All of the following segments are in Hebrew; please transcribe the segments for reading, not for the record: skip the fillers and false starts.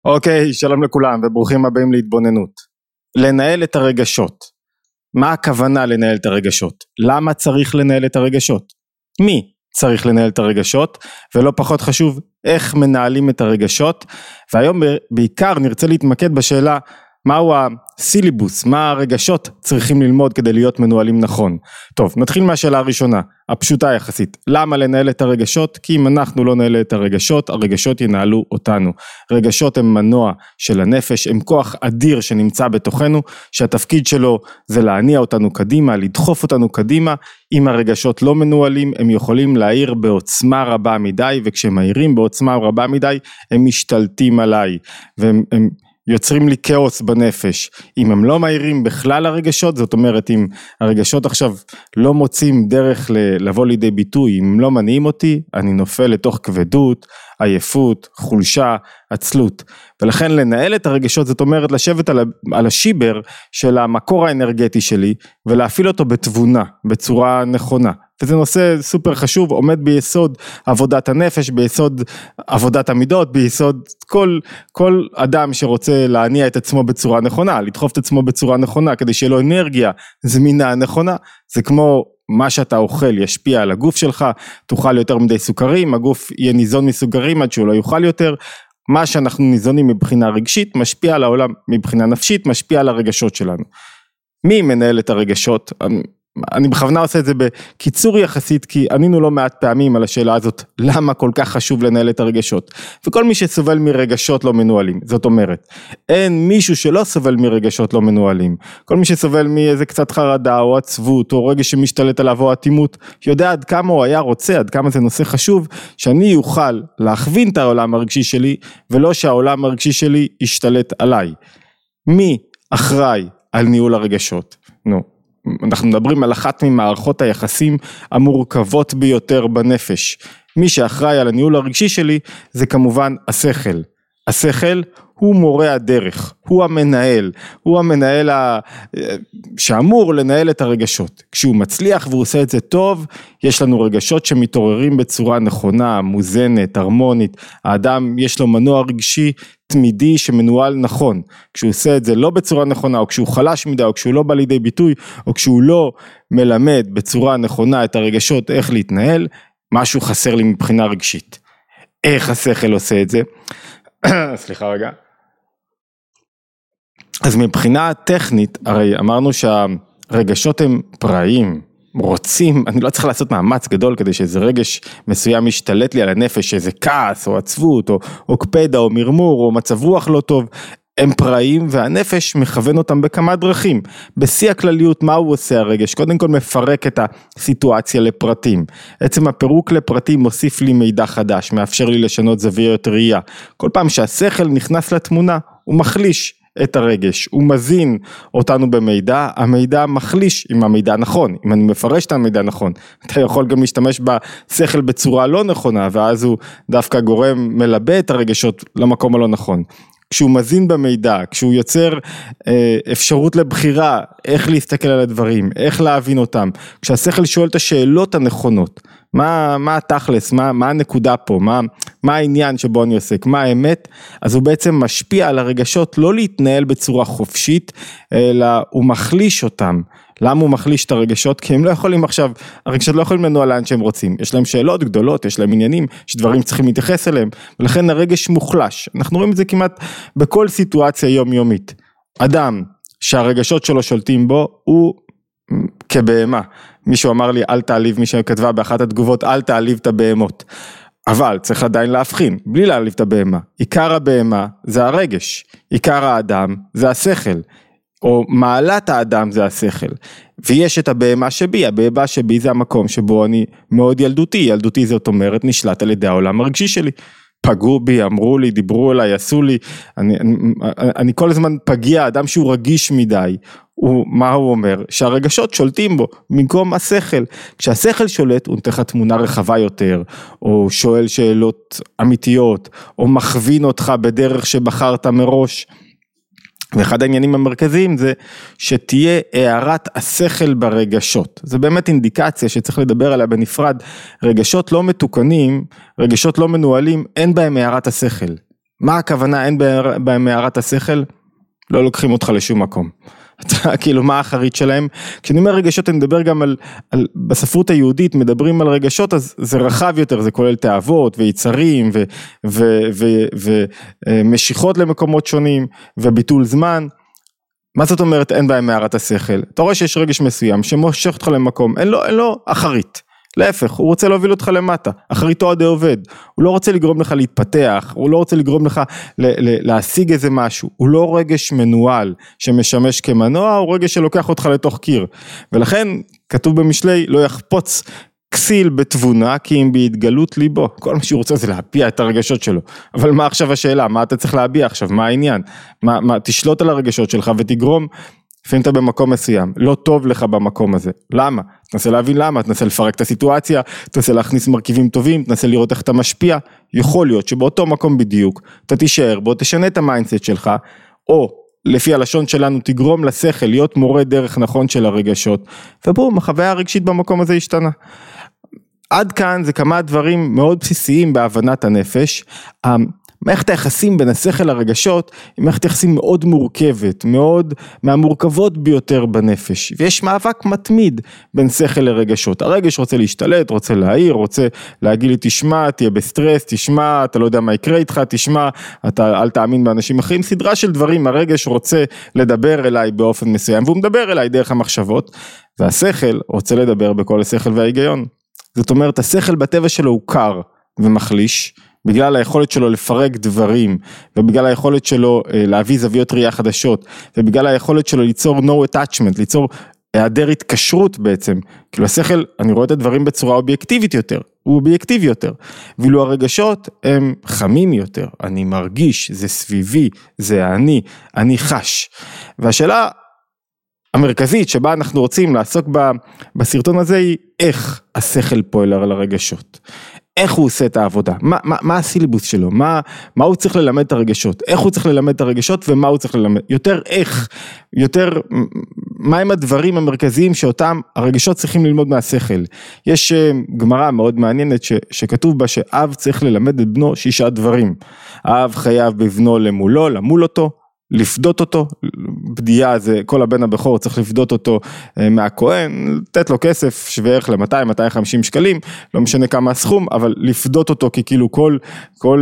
אוקיי, שלום לכולם וברוכים הבאים להתבוננות. לנהל את הרגשות. מה הכוונה לנהל את הרגשות? למה צריך לנהל את הרגשות? מי צריך לנהל את הרגשות? ולא פחות חשוב, איך מנהלים את הרגשות? והיום בעיקר נרצה להתמקד בשאלה, מהו הסיליבוס, מה הרגשות צריכים ללמוד כדי להיות מנוהלים נכון. טוב, נתחיל מהשאלה הראשונה, הפשוטה יחסית. למה לנהל את הרגשות? כי אם אנחנו לא נהל את הרגשות, הרגשות ינהלו אותנו. רגשות הם מנוע של הנפש, הם כוח אדיר שנמצא בתוכנו, שהתפקיד שלו זה להניע אותנו קדימה, לדחוף אותנו קדימה. אם הרגשות לא מנוהלים, הם יכולים להעיר בעוצמה רבה מדי, וכשהם מעירים בעוצמה רבה מדי, הם משתלטים עליי, והם יוצרים לי כאוס בנפש. אם הם לא מהירים בכלל הרגשות, זאת אומרת אם הרגשות עכשיו לא מוצאים דרך לבוא לידי ביטוי, אם הם לא מניעים אותי, אני נופל לתוך כבדות, עייפות, חולשה, עצלות. ולכן לנהל את הרגשות זאת אומרת לשבת על השיבר של המקור האנרגטי שלי, ולהפעיל אותו בתבונה, בצורה נכונה. וזה נושא סופר חשוב, עומד ביסוד עבודת הנפש, ביסוד עבודת המידות, ביסוד כל אדם שרוצה להניע את עצמו בצורה נכונה, לדחוף את עצמו בצורה נכונה, כדי שיהיה לו אנרגיה זמינה נכונה. זה כמו מה שאתה אוכל ישפיע על הגוף שלך, תאכל יותר מדי סוכרים, הגוף יהיה ניזון מסוכרים עד שהוא לא יאכל יותר. מה שאנחנו ניזונים מבחינה רגשית, משפיע על העולם מבחינה נפשית, משפיע על הרגשות שלנו. מי מנהל את הרגשות? אני בכוונה עושה את זה בקיצור יחסית, כי ענינו לא מעט פעמים על השאלה הזאת, למה כל כך חשוב לנהל את הרגשות, וכל מי שסובל מרגשות לא מנוהלים, זאת אומרת, אין מישהו שלא סובל מרגשות לא מנוהלים, כל מי שסובל מאיזה קצת חרדה או עצבות, או רגש שמשתלט עליו או אטימות, יודע עד כמה הוא היה רוצה, עד כמה זה נושא חשוב, שאני אוכל להכווין את העולם הרגשי שלי, ולא שהעולם הרגשי שלי ישתלט עליי. מי אחראי על ניהול הרגשות? אנחנו מדברים על אחת ממערכות היחסים המורכבות ביותר בנפש. מי שאחראי על הניהול הרגשי שלי זה כמובן השכל. השכל הוא מורה הדרך, הוא המנהל שאמור לנהל את הרגשות. כשהוא מצליח והוא עושה את זה טוב, יש לנו רגשות שמתעוררים בצורה נכונה, מוזנת, הרמונית. האדם יש לו מנוע רגשי תמידי שמנוהל נכון. כשהוא עושה את זה לא בצורה נכונה, או כשהוא חלש מדי, או כשהוא לא בא לידי ביטוי, או כשהוא לא מלמד בצורה נכונה את הרגשות איך להתנהל, משהו חסר לי מבחינה רגשית. איך השכל עושה את זה? סליחה רגע. אז מבחינה טכנית, הרי אמרנו שהרגשות הם פראיים, רוצים, אני לא צריך לעשות מאמץ גדול כדי שאיזה רגש מסוים משתלט לי על הנפש, איזה כעס או עצבות או קפדה או מרמור או מצב רוח לא טוב, הם פראיים והנפש מכוון אותם בכמה דרכים. בשיא הכלליות מה הוא עושה הרגש? קודם כל מפרק את הסיטואציה לפרטים. עצם הפירוק לפרטים מוסיף לי מידע חדש, מאפשר לי לשנות זוויות ראייה. כל פעם שהשכל נכנס לתמונה, הוא מחליש את הרגש, הוא מזין אותנו במידע, המידע מחליש עם המידע נכון, אם אני מפרש את המידע נכון, אתה יכול גם להשתמש בשכל בצורה לא נכונה, ואז הוא דווקא גורם מלבה את הרגשות למקום הלא נכון. כשהוא מזין במידע, כשהוא יוצר אפשרות לבחירה, איך להסתכל על הדברים, איך להבין אותם, כשהשכל שואל את השאלות הנכונות, מה התכלס, מה הנקודה פה, מה העניין שבו אני עוסק, מה האמת, אז הוא בעצם משפיע על הרגשות, לא להתנהל בצורה חופשית, אלא הוא מחליש אותם. למה הוא מחליש את הרגשות? כי הם לא יכולים עכשיו, הרגשות לא יכולים לנוע לאן שהם רוצים, יש להם שאלות גדולות, יש להם עניינים, שדברים צריכים להתייחס אליהם, ולכן הרגש מוחלש. אנחנו רואים את זה כמעט בכל סיטואציה יומיומית. אדם שהרגשות שלו שולטים בו, הוא כבהמה. מישהו אמר לי, אל תעליב, מישהו כתבה באחת התגובות, אל תעליב את הבהמות. אבל צריך עדיין להבחין, בלי להעליב את הבהמה. עיקר הבהמה זה הרגש, עיקר האדם זה השכל. או מעלת האדם זה השכל, ויש את הבהמה שבי, הבהמה שבי זה המקום שבו אני מאוד ילדותי, ילדותי זאת אומרת נשלט על ידי העולם הרגשי שלי, פגעו בי, אמרו לי, דיברו אליי, עשו לי, אני כל הזמן פגיע, אדם שהוא רגיש מדי, מה הוא אומר? שהרגשות שולטים בו, במקום השכל, כשהשכל שולט הוא נותן לך תמונה רחבה יותר, או שואל שאלות אמיתיות, או מכווין אותך בדרך שבחרת מראש, ואחד העניינים המרכזיים זה שתהיה הערת השכל ברגשות. זה באמת אינדיקציה שצריך לדבר עליה בנפרד. רגשות לא מתוקנים, רגשות לא מנוהלים, אין בהם הערת השכל. מה הכוונה אין במערת השכל? לא לוקחים אותך לשום מקום. כאילו מה האחרית שלהם? כשאני אומר רגשות אני מדבר גם בספרות היהודית מדברים על רגשות, אז זה רחב יותר, זה כולל תאוות ויצרים ומשיכות למקומות שונים וביטול זמן. מה זאת אומרת אין בהם מערת השכל? אתה רואה שיש רגש מסוים שמושך אותך למקום, אין לו אחרית. להפך, הוא רוצה להוביל אותך למטה, אחריתו עדי עובד, הוא לא רוצה לגרום לך להתפתח, הוא לא רוצה לגרום לך להשיג איזה משהו, הוא לא רגש מנוהל שמשמש כמנוע, הוא רגש שלוקח אותך לתוך קיר, ולכן כתוב במשלי, לא יחפוץ כסיל בתבונה, כי אם בהתגלות ליבו, כל מה שהוא רוצה זה להביע את הרגשות שלו, אבל מה עכשיו השאלה, מה אתה צריך להביע עכשיו, מה העניין, תשלוט על הרגשות שלך ותגרום, לפעמים אתה במקום מסוים, לא טוב לך במקום הזה, למה? תנסה להבין למה, תנסה לפרק את הסיטואציה, תנסה להכניס מרכיבים טובים, תנסה לראות איך אתה משפיע, יכול להיות שבאותו מקום בדיוק, אתה תישאר בו, תשנה את המיינדסט שלך, או לפי הלשון שלנו תגרום לשכל, להיות מורה דרך נכון של הרגשות, ובום, החוויה הרגשית במקום הזה השתנה. עד כאן זה כמה דברים מאוד בסיסיים בהבנת הנפש, מערכת היחסים בין השכל לרגשות היא מערכת יחסים מאוד מורכבת, מאוד מהמורכבות ביותר בנפש, ויש מאבק מתמיד בין שכל לרגשות, הרגש רוצה להשתלט, רוצה להעיר, רוצה להגיד לי תשמע, תהיה בסטרס, תשמע, אתה לא יודע מה יקרה איתך, תשמע, אתה אל תאמין באנשים אחרים, סדרה של דברים, הרגש רוצה לדבר אליי באופן מסוים, והוא מדבר אליי דרך המחשבות, והשכל רוצה לדבר בכל השכל וההיגיון, זאת אומרת השכל בטבע שלו הוא קר ומחליש, בגלל היכולת שלו לפרק דברים, ובגלל היכולת שלו להביא זוויות ראייה חדשות, ובגלל היכולת שלו ליצור no attachment, ליצור היעדר התקשרות בעצם, כאילו השכל, אני רואה את הדברים בצורה אובייקטיבית יותר, הוא אובייקטיבי יותר, ואילו הרגשות הם חמים יותר, אני מרגיש, זה סביבי, זה אני חש, והשאלה המרכזית שבה אנחנו רוצים לעסוק בסרטון הזה היא, איך השכל פועל על הרגשות, איך הוא עושה את העבודה, מה הסילבוס שלו, מה הוא צריך ללמד את הרגשות, איך הוא צריך ללמד את הרגשות ומה הוא צריך ללמד, יותר איך, יותר מה הם הדברים המרכזיים שאותם הרגשות צריכים ללמוד מהשכל. יש גמרא מאוד מעניינת שכתוב בה שאב צריך ללמד את בנו 6 דברים, האב חייב בבנו למול אותו, לפדות אותו, בדיעה זה כל הבן הבכור צריך לפדות אותו מהכהן, לתת לו כסף שווה ערך ל-200-250 שקלים, לא משנה כמה הסכום, אבל לפדות אותו כי כאילו כל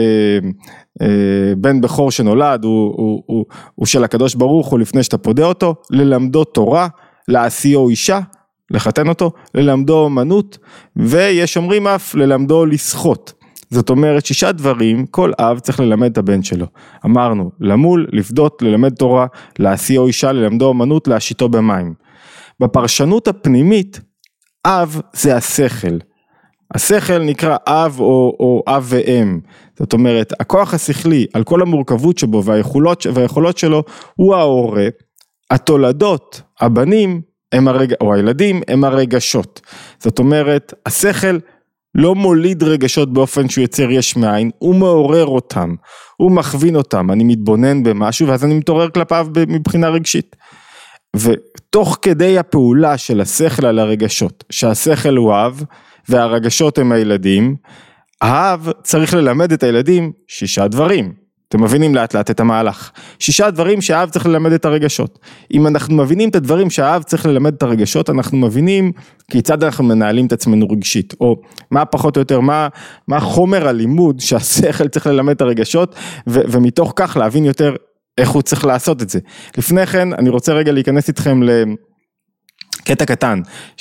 בן בכור שנולד הוא של הקדוש ברוך הוא לפני שאתה פודה אותו, ללמדו תורה, לעשיו אישה, לחתן אותו, ללמדו אומנות, ויש אומרים אף ללמדו לשחות. זאת אומרת 6 דברים, כל אב צריך ללמד את הבן שלו. אמרנו, למול, לפדות, ללמד תורה, לעשיו אישה, ללמדו אומנות, להשיתו במים. בפרשנות הפנימית, אב זה השכל. השכל נקרא אב או אב ואם. זאת אומרת, הכוח השכלי, על כל המורכבות שבו והיכולות שלו, הוא ההורה. התולדות, הבנים, או הילדים, הם הרגשות. זאת אומרת, השכל לא מוליד רגשות באופן שהוא יוצר יש מאין, הוא מעורר אותם, הוא מכווין אותם, אני מתבונן במשהו, ואז אני מתעורר כלפיו מבחינה רגשית. ותוך כדי הפעולה של השכל על הרגשות, שהשכל הוא אב, והרגשות הם הילדים, האב צריך ללמד את הילדים 6 דברים. אתם מבינים לאט לאט את המהלך. 6 דברים שהאב צריך ללמד את הרגשות. אם אנחנו מבינים את הדברים שהאב צריך ללמד את הרגשות, אנחנו מבינים כיצד אנחנו מנהלים את עצמנו רגשית, או מה פחות או יותר, מה חומר הלימוד שהשכל צריך ללמד את הרגשות, ומתוך כך להבין יותר איך הוא צריך לעשות את זה. לפני כן, אני רוצה רגע להיכנס איתכם לקטע קטן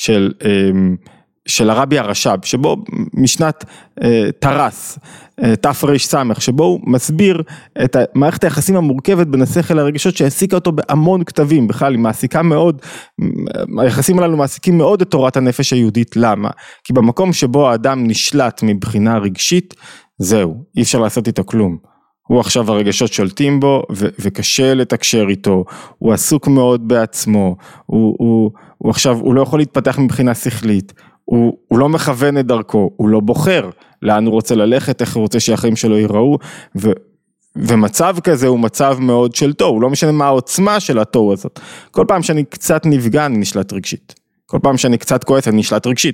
של הרבי הרש"ב, שבו משנת תרס, תר"ש, שבו הוא מסביר את מערכת היחסים המורכבת בין השכל לרגשות, שהעסיקה אותו בהמון כתבים, בכלל היא מעסיקה מאוד, היחסים הללו מעסיקים מאוד את תורת הנפש היהודית, למה? כי במקום שבו האדם נשלט מבחינה רגשית, זהו, אי אפשר לעשות איתו כלום. הוא עכשיו הרגשות שולטים בו, וקשה לתקשר איתו, הוא עסוק מאוד בעצמו, הוא עכשיו, הוא לא יכול להתפתח מבחינה שכלית, הוא לא מכוון את דרכו, הוא לא בוחר לאן הוא רוצה ללכת, איך הוא רוצה שהחיים שלו ייראו, ומצב כזה הוא מצב מאוד של תוהו, הוא לא משנה מה העוצמה של התוהו הזאת. כל פעם שאני קצת נפגע, אני נשלט רגשית. כל פעם שאני קצת כועס, אני נשלט רגשית.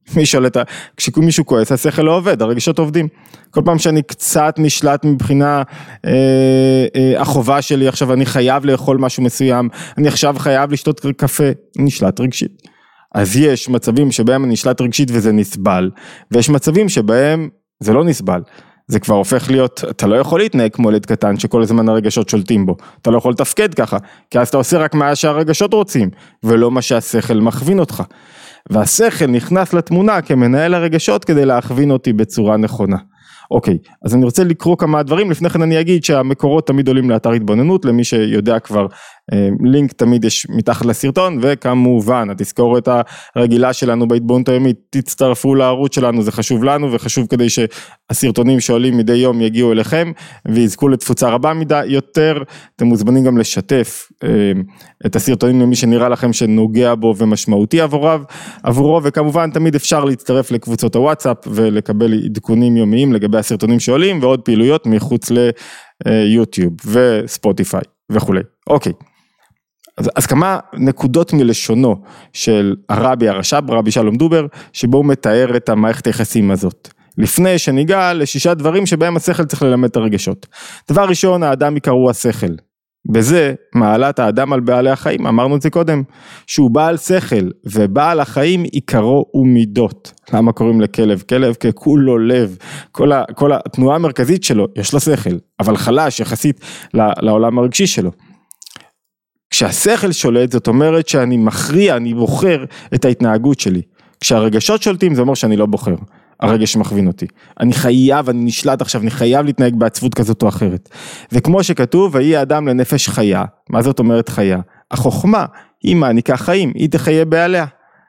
כשמישהו כועס, השכל לא עובד, הרגשות עובדים. כל פעם שאני קצת נשלט מבחינה החובה שלי, עכשיו אני חייב לאכול משהו מסוים, אני עכשיו חייב לשתות קפה, נשלט רגשית. אז יש מצבים שבהם אני נשלט רגשית וזה נסבל, ויש מצבים שבהם זה לא נסבל. זה כבר הופך להיות, אתה לא יכול להתנהג כמו ילד קטן שכל הזמן הרגשות שולטים בו, אתה לא יכול לתפקד ככה, כי אז אתה עושה רק מה שהרגשות רוצים, ולא מה שהשכל מכווין אותך. והשכל נכנס לתמונה כמנהל הרגשות כדי להכווין אותי בצורה נכונה. אוקיי, אז אני רוצה לקרוא כמה דברים, לפני כן אני אגיד שהמקורות תמיד עולים לאתר התבוננות, למי שיודע כבר, לינק תמיד יש מתחת לסרטון, וכמובן, התזכורת הרגילה שלנו בהתבוננות היומית, תצטרפו לערוץ שלנו, זה חשוב לנו, וחשוב כדי שהסרטונים שעולים מדי יום יגיעו אליכם, ויזכו לתפוצה רבה מדי יותר, אתם מוזמנים גם לשתף את הסרטונים למי שנראה לכם שנוגע בו ומשמעותי עבורו, וכמובן תמיד אפשר להצטרף לקבוצות הוואטסאפ, ולקבל עדכונים יומיים לגבי הסרטונים שעולים, ועוד פעילויות מחוץ ליוטיוב וספוטיפיי וכולי. אוקיי. אז כמה נקודות מלשונו של הרבי הרש"ב, רבי שלום דובר, שבו הוא מתאר את המערכת היחסים הזאת. לפני שניגע ל6 דברים שבהם השכל צריך ללמד את הרגשות. דבר ראשון, האדם יקראו השכל. בזה מעלת האדם על בעלי החיים, אמרנו את זה קודם, שהוא בעל שכל ובעל החיים יקרו ומידות. למה קוראים לכלב? כלב ככולו לב, כל התנועה המרכזית שלו יש לו שכל, אבל חלש יחסית לעולם הרגשי שלו. כשהשכל שולט, זאת אומרת שאני מכריע, אני בוחר את ההתנהגות שלי. כשהרגשות שולטים, זה אומר שאני לא בוחר. הרגש מכווין אותי. אני חייב, אני נשלט עכשיו, אני חייב להתנהג בעצבות כזאת או אחרת. וכמו שכתוב, ויהי האדם לנפש חיה. מה זאת אומרת חיה? החוכמה היא מעניקה חיים, היא תחיה בעליה.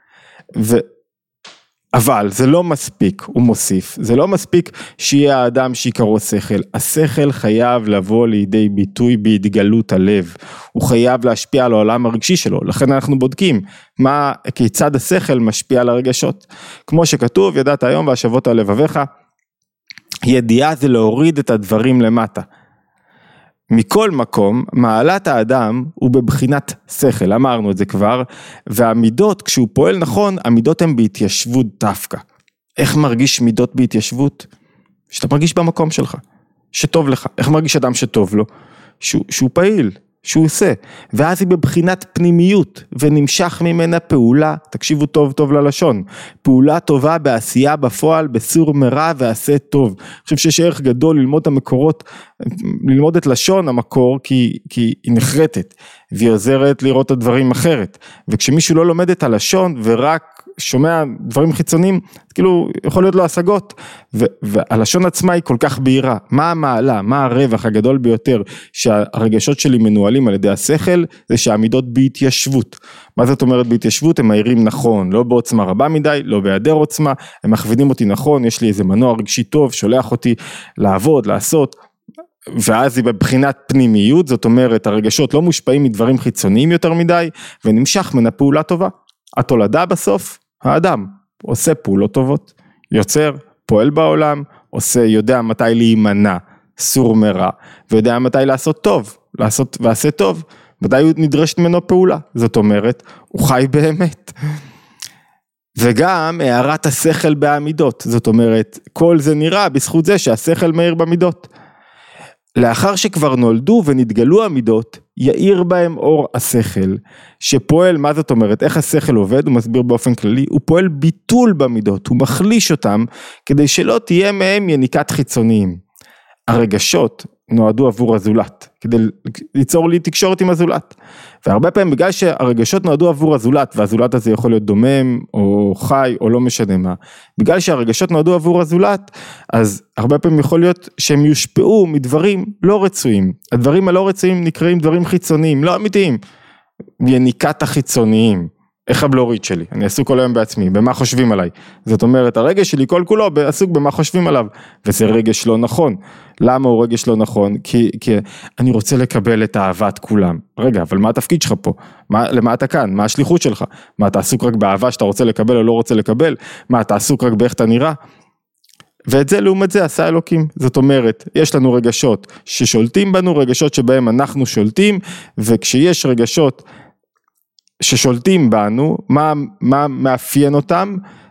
אבל זה לא מספיק, הוא מוסיף, זה לא מספיק שיהיה האדם שיקרו שכל, השכל חייב לבוא לידי ביטוי בהתגלות הלב, הוא חייב להשפיע על העולם הרגשי שלו, לכן אנחנו בודקים כיצד השכל משפיע על הרגשות, כמו שכתוב, ידעת היום והשבות על לבביך, ידיעה זה להוריד את הדברים למטה, מכל מקום, מעלת האדם הוא בבחינת שכל, אמרנו את זה כבר, והמידות, כשהוא פועל נכון, המידות הן בהתיישבות דווקא. איך מרגיש מידות בהתיישבות? שאתה מרגיש במקום שלך, שטוב לך. איך מרגיש אדם שטוב לו? שהוא פעיל, שהוא עושה. ואז היא בבחינת פנימיות, ונמשך ממנה פעולה, תקשיבו טוב טוב ללשון, פעולה טובה בעשייה בפועל, בסור מרע ועשה טוב. אני חושב שיש ערך גדול ללמוד את המקורות, ללמוד את לשון המקור, כי היא נחרטת, והיא עוזרת לראות את הדברים אחרת. וכשמישהו לא לומד את הלשון, ורק שומע דברים חיצוניים, כאילו יכול להיות לו השגות, והלשון עצמה היא כל כך בהירה. מה המעלה, מה הרווח הגדול ביותר, שהרגשות שלי מנוהלים על ידי השכל, זה שהעמידות בהתיישבות. מה זאת אומרת בהתיישבות? הם מהירים נכון, לא בעוצמה רבה מדי, לא בהיעדר עוצמה, הם מכווינים אותי נכון, יש לי איזה מנוע רגשי טוב, שולח אותי לעבוד, לעשות, ואז היא בבחינת פנימיות, זאת אומרת הרגשות לא מושפעים מדברים חיצוניים יותר מדי, ונמשך מן הפעולה טובה. התולדה בסוף, האדם עושה פעולות טובות, יוצר, פועל בעולם, יודע מתי להימנע, סור מרע, ויודע מתי לעשות טוב, לעשות ועשה טוב, מתי הוא נדרשת ממנו פעולה, זאת אומרת, הוא חי באמת. וגם הערת השכל בעמידות, זאת אומרת, כל זה נראה בזכות זה שהשכל מאיר במידות. לאחר שכבר נולדו ונתגלו המידות, יאיר בהם אור השכל, שפועל, מה זאת אומרת, איך השכל עובד, הוא מסביר באופן כללי, הוא פועל ביטול במידות, הוא מחליש אותם, כדי שלא תהיה מהם יניקת חיצוניים. הרגשות נועדו עבור הזולת, כדי ליצור לי תקשורת עם הזולת, והרבה פעמים בגלל שהרגשות נועדו עבור הזולת, והזולת הזה יכול להיות דומם, או חי, או לא משנה מה, בגלל שהרגשות נועדו עבור הזולת, אז הרבה פעמים יכול להיות שהם יושפעו מדברים לא רצויים, הדברים הלא רצויים נקראים דברים חיצוניים, לא אמיתיים, יניקת החיצוניים, איך הבלורית שלי, אני עסוק כל היום בעצמי, במה חושבים עליי, זאת אומרת הרגש שלי כל כולו עסוק במה חושבים עליו, וזה רגש לא נכון, למה הוא רגש לא נכון? כי אני רוצה לקבל את אהבת כולם, רגע אבל מה התפקיד שלך פה, למה אתה כאן, מה השליחות שלך, מה אתה עסוק רק באהבה שאתה רוצה לקבל או לא רוצה לקבל, מה אתה עסוק רק באיך אתה נראה, ואת זה לעומת זה עשה אלוקים, זאת אומרת יש לנו רגשות ששולטים בנו, רגשות שבהם אנחנו שולטים, וכשיש רגשות ששולטים בנו, מה מאפיין אותם?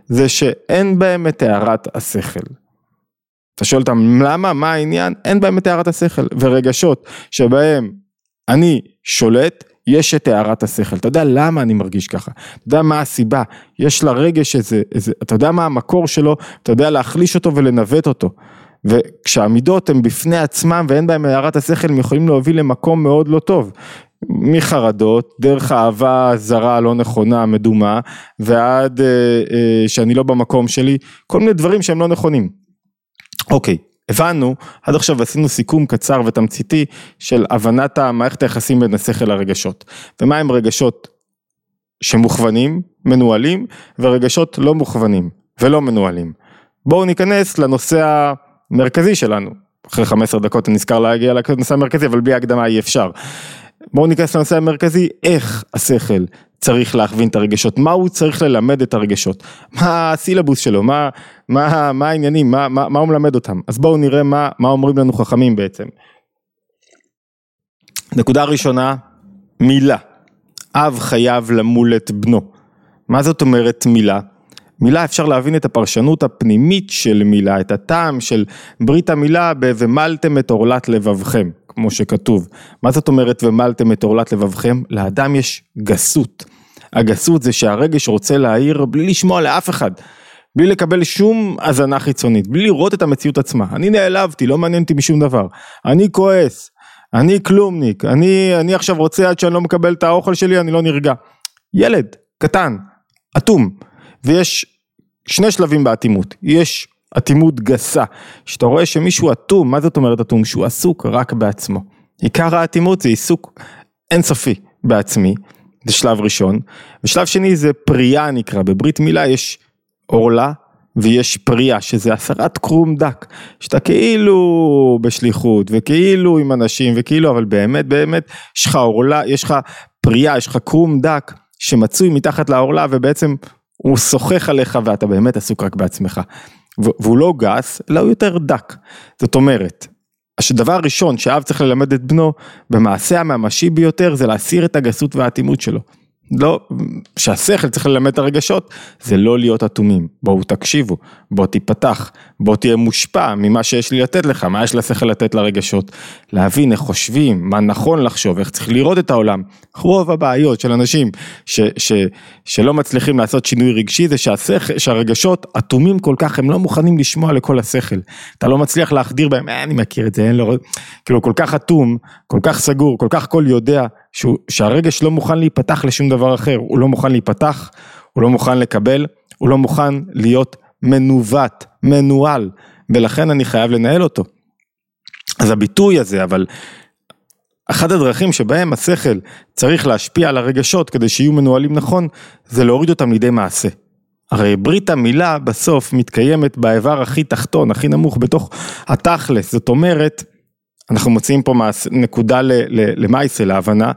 זה שאין בהם את הערת השכל. אתה שואל אותם למה, מה העניין? אין בהם את הערת השכל, ורגשות שבהם אני שולט, יש את הערת השכל. אתה יודע למה אני מרגיש ככה? אתה יודע מה הסיבה? יש לרגש אתה יודע מה המקור שלו, אתה יודע להחליש אותו ולנווט אותו. וכשהמידות הן בפני עצמם ואין בהם הערת השכל, הם יכולים להוביל למקום מאוד לא טוב. מחרדות, דרך אהבה זרה לא נכונה, מדומה, ועד שאני לא במקום שלי, כל מיני דברים שהם לא נכונים. אוקיי, הבנו, עד עכשיו עשינו סיכום קצר ותמציתי של הבנת המערכת היחסים בין השכל לרגשות. ומה הם רגשות שמוכוונים, מנוהלים, ורגשות לא מוכוונים ולא מנוהלים. בואו ניכנס לנושא המרכזי שלנו. אחרי 15 דקות אני נזכר להגיע לנושא המרכזי, אבל בלי הקדמה אי אפשר. בואו ניכנס לנושא המרכזי, איך השכל צריך להכווין את הרגשות, מה הוא צריך ללמד את הרגשות, מה הסילבוס שלו, מה העניינים, מה הוא מלמד אותם. אז בואו נראה מה אומרים לנו חכמים בעצם. נקודה ראשונה, מילה. אב חייב למול את בנו. מה זאת אומרת מילה? מילה אפשר להבין את הפרשנות הפנימית של מילה, את הטעם של ברית המילה ומלתם את עורלת לבבכם, כמו שכתוב. מה זאת אומרת ומלתם את עורלת לבבכם? לאדם יש גסות. הגסות זה שהרגש רוצה להעיר בלי לשמוע לאף אחד, בלי לקבל שום הזנה חיצונית, בלי לראות את המציאות עצמה. אני נעלבתי, לא מעניינתי משום דבר. אני כועס, אני כלומניק, אני עכשיו רוצה עד שאני לא מקבל את האוכל שלי, אני לא נרגע. ילד, קטן, אטום. ויש שני שלבים באטימות, יש אטימות גסה, שאתה רואה שמישהו אטום, מה זאת אומרת אטום? שהוא עסוק רק בעצמו, עיקר האטימות זה עיסוק אינסופי בעצמי, זה שלב ראשון, ושלב שני זה פרייה נקרא, בברית מילה יש עורלה ויש פרייה, שזה הסרת קרום דק, שאתה כאילו בשליחות וכאילו עם אנשים וכאילו, אבל באמת יש לך עורלה, יש לך פרייה, יש לך קרום דק שמצוי מתחת לעורלה ובעצם הוא שוחך עליך ואתה באמת עסוק רק בעצמך, והוא לא גס, אלא הוא יותר דק. זאת אומרת, הדבר הראשון שאב צריך ללמד את בנו, במעשה הממשי ביותר, זה להסיר את הגסות והאטימות שלו. לא, שהשכל צריך ללמד את הרגשות, זה לא להיות אטומים. בואו תקשיבו, בואו תיפתח, בואו תהיה מושפע ממה שיש לי לתת לך, מה יש לשכל לתת לרגשות, להבין איך חושבים, מה נכון לחשוב, איך צריך לראות את העולם. רוב הבעיות של אנשים שלא מצליחים לעשות שינוי רגשי, זה שהרגשות אטומים כל כך, הם לא מוכנים לשמוע לכל השכל. אתה לא מצליח להחדיר בהם, אני מכיר את זה, כאילו כל כך אטום, כל כך סגור, כל כך כל יודע, שהרגש לא מוכן להיפתח לשום דבר אחר, הוא לא מוכן להיפתח, הוא לא מוכן לקבל, הוא לא מוכן להיות מנווט, מנוהל, ולכן אני חייב לנהל אותו. אז הביטוי הזה, אבל אחת הדרכים שבהם השכל צריך להשפיע על הרגשות, כדי שיהיו מנוהלים נכון, זה להוריד אותם לידי מעשה. הרי ברית המילה בסוף מתקיימת באיבר הכי תחתון, הכי נמוך, בתוך התכלס, זאת אומרת, אנחנו מוצאים פה נקודה למעשה, להבנה,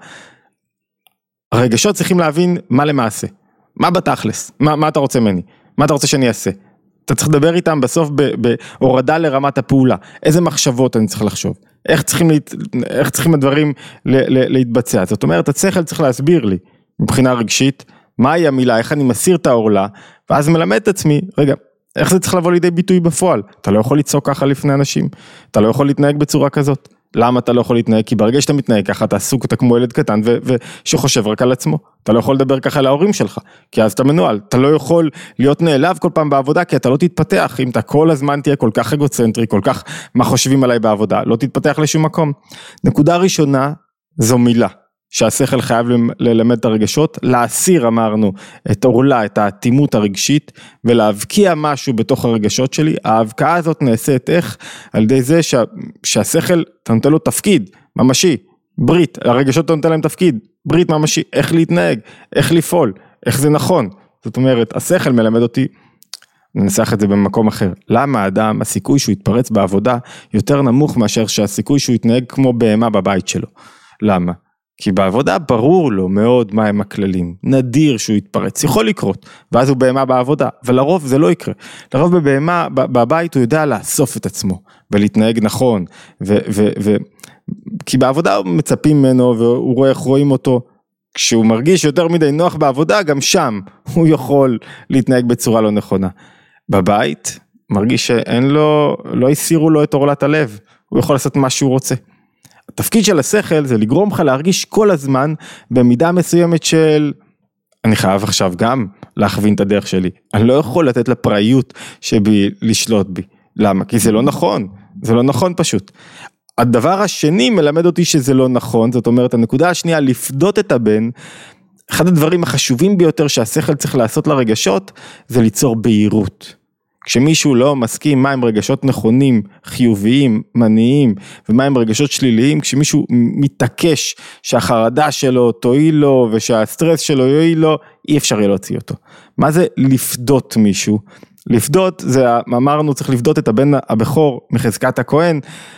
הרגשות צריכים להבין מה למעשה, מה בתכלס, מה אתה רוצה ממני, מה אתה רוצה שאני אעשה, אתה צריך לדבר איתם בסוף בהורדה לרמת הפעולה, איזה מחשבות אני צריך לחשוב, איך צריכים הדברים להתבצע, זאת אומרת, השכל צריך להסביר לי, מבחינה רגשית, מהי המילה, איך אני מסיר את העורלה, ואז מלמד את עצמי, רגע, איך זה צריך לבוא לידי ביטוי בפועל? אתה לא יכול לצעוק ככה לפני אנשים, אתה לא יכול להתנהג בצורה כזאת. למה אתה לא יכול להתנהג? כי ברגע שאתה מתנהג ככה, אתה עסוק, אתה כמו ילד קטן שחושב רק על עצמו. אתה לא יכול לדבר ככה להורים שלך, כי אז אתה מנוהל. אתה לא יכול להיות נעלב כל פעם בעבודה, כי אתה לא תתפתח. אם אתה כל הזמן תהיה כל כך אגוצנטרי, כל כך מה חושבים עליי בעבודה, לא תתפתח לשום מקום. נקודה ראשונה, זו מילה. שהשכל חייב ללמד את הרגשות, להסיר אמרנו את עורלה, את האטימות הרגשית, ולהבקיע משהו בתוך הרגשות שלי. ההבקעה הזאת נעשית איך? על ידי זה שהשכל אתה נותן לו תפקיד ממשי, ברית, הרגשות אתה נותן להם תפקיד, ברית ממשי, איך להתנהג, איך לפעול, איך זה נכון. זאת אומרת, השכל מלמד אותי, ננסח את זה במקום אחר. למה האדם, הסיכוי שהוא יתפרץ בעבודה, יותר נמוך מאשר שהסיכוי שהוא יתנהג כמו בהמה בבית שלו. למה? כי בעבודה ברור לו מאוד מה הם הכללים, נדיר שהוא יתפרץ, יכול לקרות, ואז הוא בהמה בעבודה, ולרוב זה לא יקרה, לרוב בבהמה בבית הוא יודע לאסוף את עצמו, ולהתנהג נכון, כי בעבודה מצפים ממנו, והוא רואה איך רואים אותו, כשהוא מרגיש יותר מדי נוח בעבודה, גם שם הוא יכול להתנהג בצורה לא נכונה. בבית, מרגיש שאין לו, לא הסירו לו את עורלת הלב, הוא יכול לעשות מה שהוא רוצה. התפקיד של השכל זה לגרום לך להרגיש כל הזמן במידה מסוימת של, אני חייב עכשיו גם להכווין את הדרך שלי, אני לא יכול לתת לפראיות שבי לשלוט בי. למה? כי זה לא נכון, זה לא נכון פשוט. הדבר השני מלמד אותי שזה לא נכון, זאת אומרת הנקודה השנייה לפדות את הבן, אחד הדברים החשובים ביותר שהשכל צריך לעשות לרגשות, זה ליצור בהירות. כשמישהו לא מסכים מה הם רגשות נכונים, חיוביים, מניעים, ומה הם רגשות שליליים, כשמישהו מתעקש שהחרדה שלו תועיל לו, ושהסטרס שלו יועיל לו, אי אפשר יהיה להוציא אותו. מה זה לפדות מישהו? לפדות זה, אמרנו, צריך לפדות את הבן הבכור מחזקת הכהן,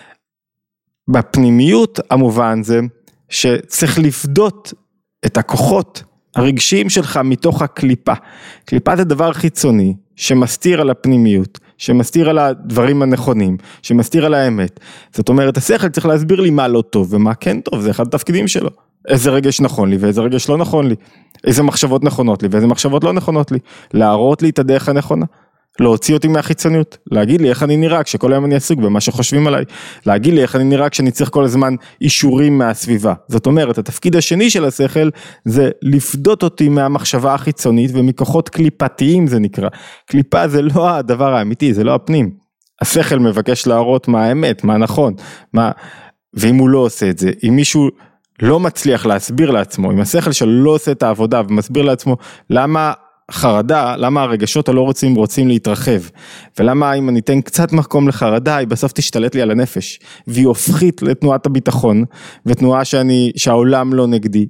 בפנימיות המובן זה, שצריך לפדות את הכוחות הרגשיים שלך מתוך הקליפה. קליפה זה דבר חיצוני, שמסתיר על הפנימיות, שמסתיר על הדברים הנכונים, שמסתיר על האמת. זאת אומרת, השכל צריך להסביר לי מה לא טוב ומה כן טוב, זה אחד התפקידים שלו. איזה רגש נכון לי ואיזה רגש לא נכון לי, איזה מחשבות נכונות לי ואיזה מחשבות לא נכונות לי, להראות לי את הדרך הנכונה. להוציא אותי מהחיצוניות, להגיד לי איך אני נראה כשכל היום אני עסוק במה שחושבים עליי, להגיד לי איך אני נראה כשאני צריך כל הזמן אישורים מהסביבה. זאת אומרת, התפקיד השני של השכל זה לפדות אותי מהמחשבה החיצונית ומכוחות קליפתיים זה נקרא. קליפה זה לא הדבר האמיתי, זה לא הפנים. השכל מבקש להראות מה האמת, מה נכון, ואם הוא לא עושה את זה, אם מישהו לא מצליח להסביר לעצמו, אם השכל שלו לא עושה את העבודה ומסביר לעצמו למה חרדה, למה הרגשות הלא רוצים להתרחב, ולמה אם אני אתן קצת מקום לחרדה, היא בסוף תשתלט לי על הנפש, והיא הופכית לתנועת הביטחון, ותנועה שהעולם לא נגדי.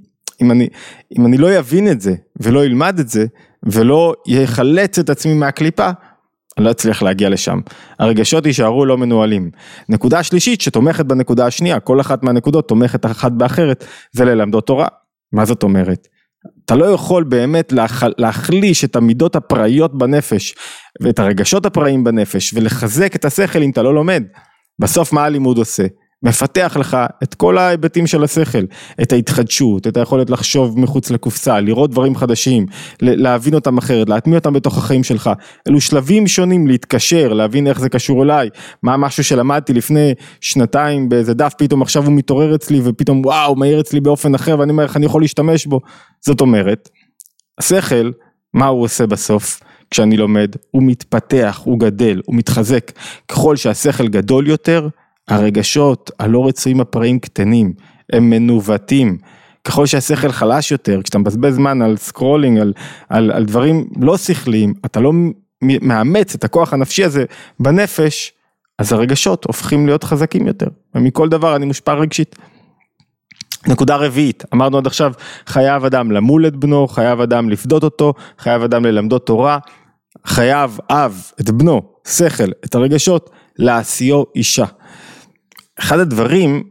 אם אני לא יבין את זה, ולא ילמד את זה, ולא יחלץ את עצמי מהקליפה, אני לא אצליח להגיע לשם. הרגשות יישארו לא מנוהלים. נקודה שלישית שתומכת בנקודה השנייה, כל אחת מהנקודות תומכת אחת באחרת, זה ללמדות תורה. מה זאת אומרת? אתה לא יכול באמת להחליש את המידות הפראיות בנפש, ואת הרגשות הפראיים בנפש, ולחזק את השכל אם אתה לא לומד. בסוף מה הלימוד עושה? מפתח לך את כל ההיבטים של השכל, את ההתחדשות, את היכולת לחשוב מחוץ לקופסה, לראות דברים חדשים, להבין אותם אחרת, להטמיע אותם בתוך החיים שלך. אלו שלבים שונים להתקשר, להבין איך זה קשור אליי, מה משהו שלמדתי לפני שנתיים באיזה דף, פתאום עכשיו הוא מתעורר אצלי, ופתאום וואו, מאיר אצלי באופן אחר, ואני אומר איך אני יכול להשתמש בו. זאת אומרת, השכל, מה הוא עושה בסוף? כשאני לומד, הוא מתפתח, הוא גדל, הוא מתחזק. ככל שהשכל גדול יותר, הרגשות הלא רצויים הפראים קטנים, הם מנווטים, ככל שהשכל חלש יותר, כשאתה מבזבז זמן על סקרולינג, על דברים לא שכליים, אתה לא מאמץ את הכוח הנפשי הזה בנפש, אז הרגשות הופכים להיות חזקים יותר, ומכל דבר אני מושפע רגשית. נקודה רביעית, אמרנו עד עכשיו, חייב אדם למול את בנו, חייב אדם לפדות אותו, חייב אדם ללמדות תורה, חייב אב את בנו, שכל, את הרגשות, לעשיו אישה. אחד הדברים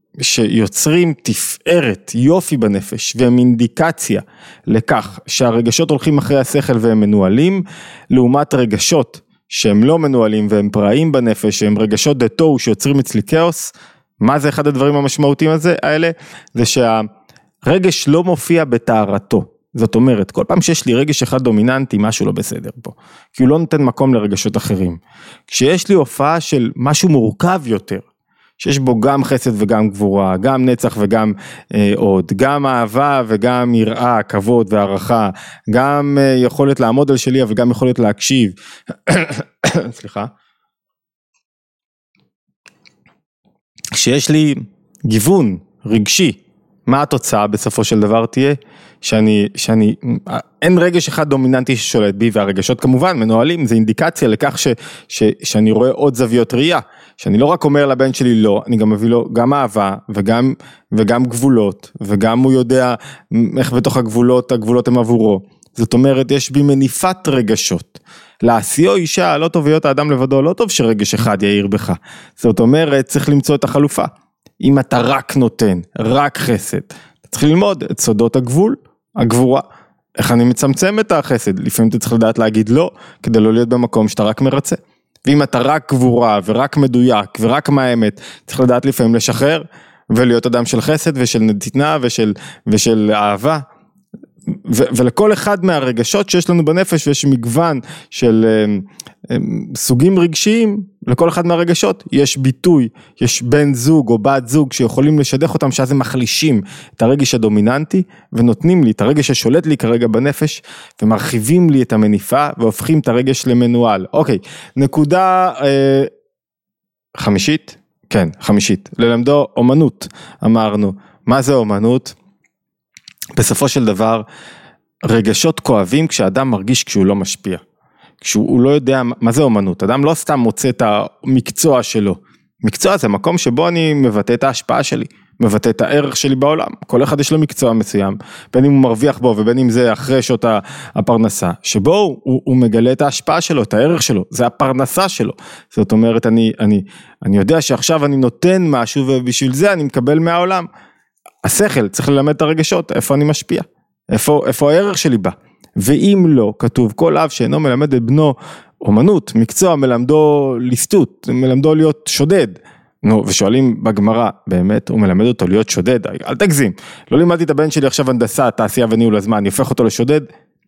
שיוצרים תפארת, יופי בנפש, והם אינדיקציה לכך שהרגשות הולכים אחרי השכל והם מנוהלים, לעומת רגשות שהם לא מנוהלים והם פראים בנפש, שהם רגשות דתו שיוצרים אצלי כאוס. מה זה אחד הדברים המשמעותיים האלה? זה שהרגש לא מופיע בתארתו. זאת אומרת, כל פעם שיש לי רגש אחד דומיננטי, משהו לא בסדר פה, כי הוא לא נותן מקום לרגשות אחרים. כשיש לי הופעה של משהו מורכב יותר, שיש בו גם חסד וגם גבורה, גם נצח וגם עוד, גם אהבה וגם יראה, כבוד והערכה, גם יכולת לעמוד על שלי, אבל גם יכולת להקשיב. סליחה. כשיש לי גיוון רגשי, מה התוצאה בסופו של דבר תהיה? אין רגש אחד דומיננטי ששולט בי, והרגשות כמובן מנוהלים, זה אינדיקציה לכך שאני רואה עוד זוויות ראייה, שאני לא רק אומר לבן שלי לא, אני גם מביא לו גם אהבה, וגם גבולות, וגם הוא יודע איך בתוך הגבולות הם עבורו. זאת אומרת, יש בי מניפת רגשות. לעשיו אישה, לא טוב להיות האדם לבדו, לא טוב שרגש אחד יאיר בך. זאת אומרת, צריך למצוא את החלופה. אם אתה רק נותן, רק חסד, אתה צריך ללמוד את סודות הגבול, הגבורה. איך אני מצמצם את החסד? לפעמים אתה צריך לדעת להגיד לא, כדי לא להיות במקום שאתה רק מרצה. ואם אתה רק גבורה ורק מדויק ורק מהאמת, צריך לדעת לפעמים לשחרר, ולהיות אדם של חסד ושל נתינה ושל אהבה, ולכל אחד מהרגשות שיש לנו בנפש, ויש מגוון של סוגים רגשיים, לכל אחד מהרגשות יש ביטוי, יש בן זוג או בת זוג שיכולים לשדך אותם, שאז הם מחלישים את הרגש הדומיננטי, ונותנים לי את הרגש ששולט לי כרגע בנפש, ומרחיבים לי את המניפה, והופכים את הרגש למנועל. אוקיי, נקודה חמישית, כן, חמישית, ללמדו אומנות, אמרנו, מה זה אומנות? בסופו של דבר, רגשות כואבים כשאדם מרגיש כשהוא לא משפיע, כשהוא לא יודע מה זה אומנות, אדם לא סתם מוצא את המקצוע שלו, מקצוע זה מקום שבו אני מבטא את ההשפעה שלי, מבטא את הערך שלי בעולם, כל אחד יש לו מקצוע מסוים, בין אם הוא מרוויח בו ובין אם זה אחרי שעות הפרנסה, שבו הוא מגלה את ההשפעה שלו, את הערך שלו, זה הפרנסה שלו, זאת אומרת אני יודע שעכשיו אני נותן משהו ובשביל זה אני מקבל מהעולם, השכל צריך ללמד את הרגשות, איפה אני משפיע, איפה הערך שלי בא, ואם לא, כתוב כל אב שאינו מלמד את בנו אומנות, מקצוע, מלמדו ליסטות, מלמדו להיות שודד, נו, ושואלים בגמרא, באמת, הוא מלמד אותו להיות שודד, אל תגזים, לא לימדתי את הבן שלי עכשיו הנדסה, תעשייה וניהול הזמן, אני הופך אותו לשודד,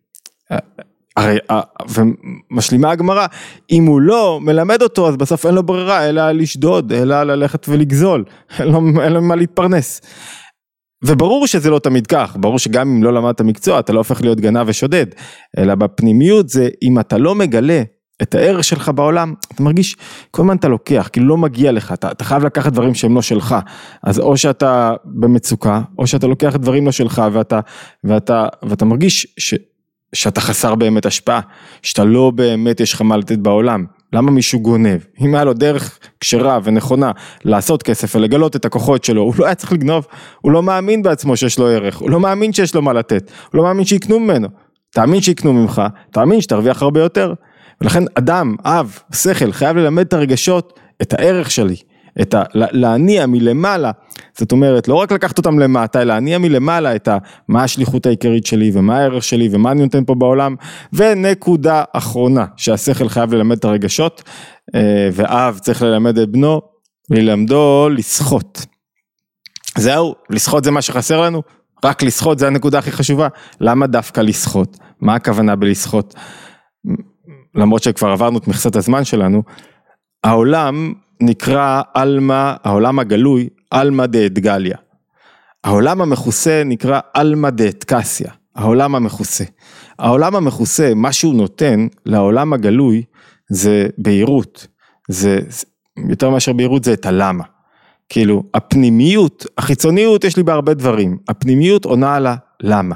הרי, ומשלימה הגמרא, אם הוא לא מלמד אותו, אז בסוף אין לו ברירה, אלא לשדוד, אלא ללכת ולגזול, אין לו מה להתפרנס, וברור שזה לא תמיד כך, ברור שגם אם לא למדת המקצוע, אתה לא הופך להיות גנב ושודד, אלא בפנימיות זה, אם אתה לא מגלה את הערך שלך בעולם, אתה מרגיש, כל הזמן אתה לוקח, כאילו לא מגיע לך, אתה חייב לקחת דברים שהם לא שלך, אז או שאתה במצוקה, או שאתה לוקח דברים לא שלך, ואתה מרגיש שאתה חסר באמת השפעה, שאתה לא באמת יש לך מה לתת בעולם, למה מישהו גונב? אם היה לו דרך כשרה ונכונה לעשות כסף ולגלות את הכוחות שלו, הוא לא היה צריך לגנוב, הוא לא מאמין בעצמו שיש לו ערך, הוא לא מאמין שיש לו מה לתת, הוא לא מאמין שיקנו ממנו, תאמין שיקנו ממך, תאמין שתרוויח הרבה יותר, ולכן אדם, אב, שכל, חייב ללמד את הרגשות, את הערך שלי, להניע מלמעלה, זאת אומרת, לא רק לקחת אותם למטה, אלא להניע מלמעלה את מה השליחות העיקרית שלי, ומה הערך שלי, ומה אני נותן פה בעולם, ונקודה אחרונה, שהשכל חייב ללמד את הרגשות, ואב צריך ללמד את בנו, ללמדו לשחות. זהו, לשחות זה מה שחסר לנו, רק לשחות זה הנקודה הכי חשובה, למה דווקא לשחות? מה הכוונה בלשחות? למרות שכבר עברנו את מכסת הזמן שלנו, העולם נקרא אלמה, העולם הגלוי, אלמה דאת גליה. העולם המכוסה נקרא אלמה דאת קסיה, העולם המכוסה. העולם המכוסה, מה שהוא נותן לעולם הגלוי, זה בהירות, זה יותר מאשר בהירות זה את הלמה. כאילו, הפנימיות, החיצוניות יש לי בהרבה דברים, הפנימיות עונה על הלמה.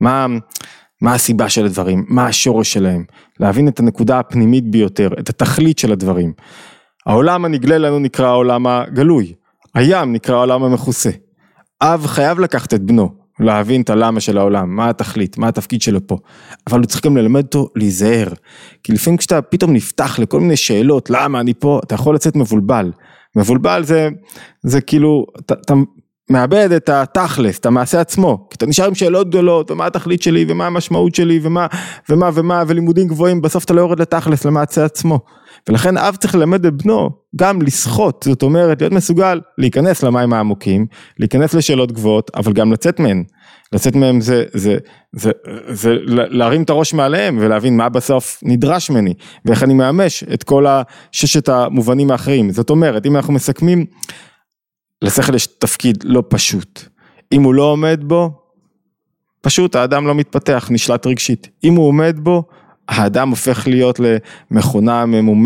מה הסיבה של הדברים, מה השורש שלהם, להבין את הנקודה הפנימית ביותר, את התכלית של הדברים. העולם הנגלה לנו נקרא העולם הגלוי, הים נקרא העולם המכוסה. אב חייב לקחת את בנו, להבין את הלמה של העולם, מה התכלית, מה התפקיד שלו פה, אבל הוא צריך גם ללמד אותו להיזהר, כי לפעמים כשאתה פתאום נפתח לכל מיני שאלות, למה אני פה, אתה יכול לצאת מבולבל, מבולבל זה כאילו, אתה מאבד את התכלס, את המעשה עצמו, כי אתה נשאר עם שאלות גדולות, ומה התכלית שלי, ומה המשמעות שלי, ומה, ולימודים גבוהים, בסוף אתה לא יורד לתכלס, למעשה עצמו, ולכן אב צריך ללמד את בנו, גם לשחות, זאת אומרת, להיות מסוגל, להיכנס למים העמוקים, להיכנס לשאלות גבוהות, אבל גם לצאת מהן, לצאת מהם זה להרים את הראש מעליהם, ולהבין מה בסוף נדרש ממני, ואיך אני מאמש את כל הששת המובנים האחרים, זאת אומרת, אם אנחנו מסכמים, לשכל יש תפקיד לא פשוט, אם הוא לא עומד בו, פשוט האדם לא מתפתח, נשלט רגשית, אם הוא עומד בו, האדם הופך להיות למכונה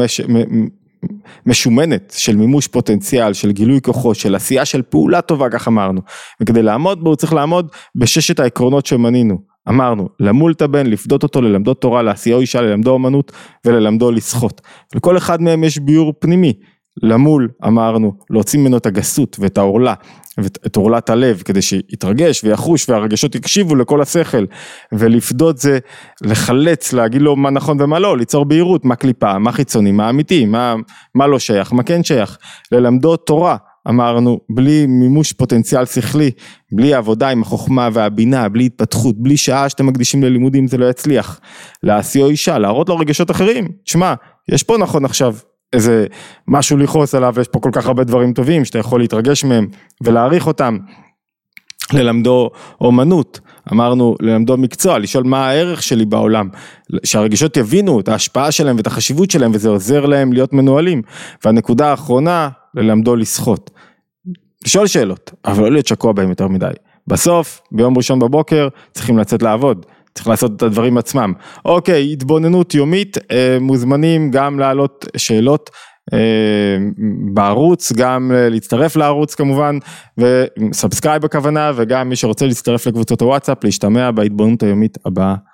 משומנת, של מימוש פוטנציאל, של גילוי כוחו, של עשייה של פעולה טובה, כך אמרנו, וכדי לעמוד בו, הוא צריך לעמוד בששת העקרונות שמנינו, אמרנו, למול את הבן, לפדות אותו, ללמדו תורה, לעשייה אישה, ללמדו אומנות, וללמדו לשחות, ולכל אחד מהם יש ביור פנימי, למול אמרנו, להוציא ממנו את הגסות ואת העורלה, ואת עורלת הלב, כדי שיתרגש ויחוש והרגשות יקשיבו לכל השכל, ולפדות זה לחלץ, להגיד לו מה נכון ומה לא, ליצור בהירות, מה קליפה, מה חיצוני, מה אמיתי, מה לא שייך, מה כן שייך, ללמדו תורה, אמרנו, בלי מימוש פוטנציאל שכלי, בלי עבודה עם החוכמה והבינה, בלי התפתחות, בלי שעה שאתם מקדישים ללימודים, זה לא יצליח, לעשייה אישה, להראות לו רגשות אחרים, תשמע, יש פה נכון עכשיו, איזה משהו לכעוס עליו, יש פה כל כך הרבה דברים טובים, שאתה יכול להתרגש מהם ולהעריך אותם, ללמדו אומנות, אמרנו ללמדו מקצוע, לשאול מה הערך שלי בעולם, שהרגישות יבינו את ההשפעה שלהם ואת החשיבות שלהם, וזה עוזר להם להיות מנוהלים, והנקודה האחרונה, ללמדו לשחות, לשאול שאלות, אבל לא להיות שקוע בהם יותר מדי, בסוף, ביום ראשון בבוקר, צריכים לצאת לעבוד, צריך לעשות את הדברים עצמם, אוקיי, התבוננות יומית, מוזמנים גם להעלות שאלות, בערוץ, גם להצטרף לערוץ כמובן, וסאבסקרייב בכוונה, וגם מי שרוצה להצטרף לקבוצות הוואטסאפ, להשתמע בהתבוננות היומית הבאה.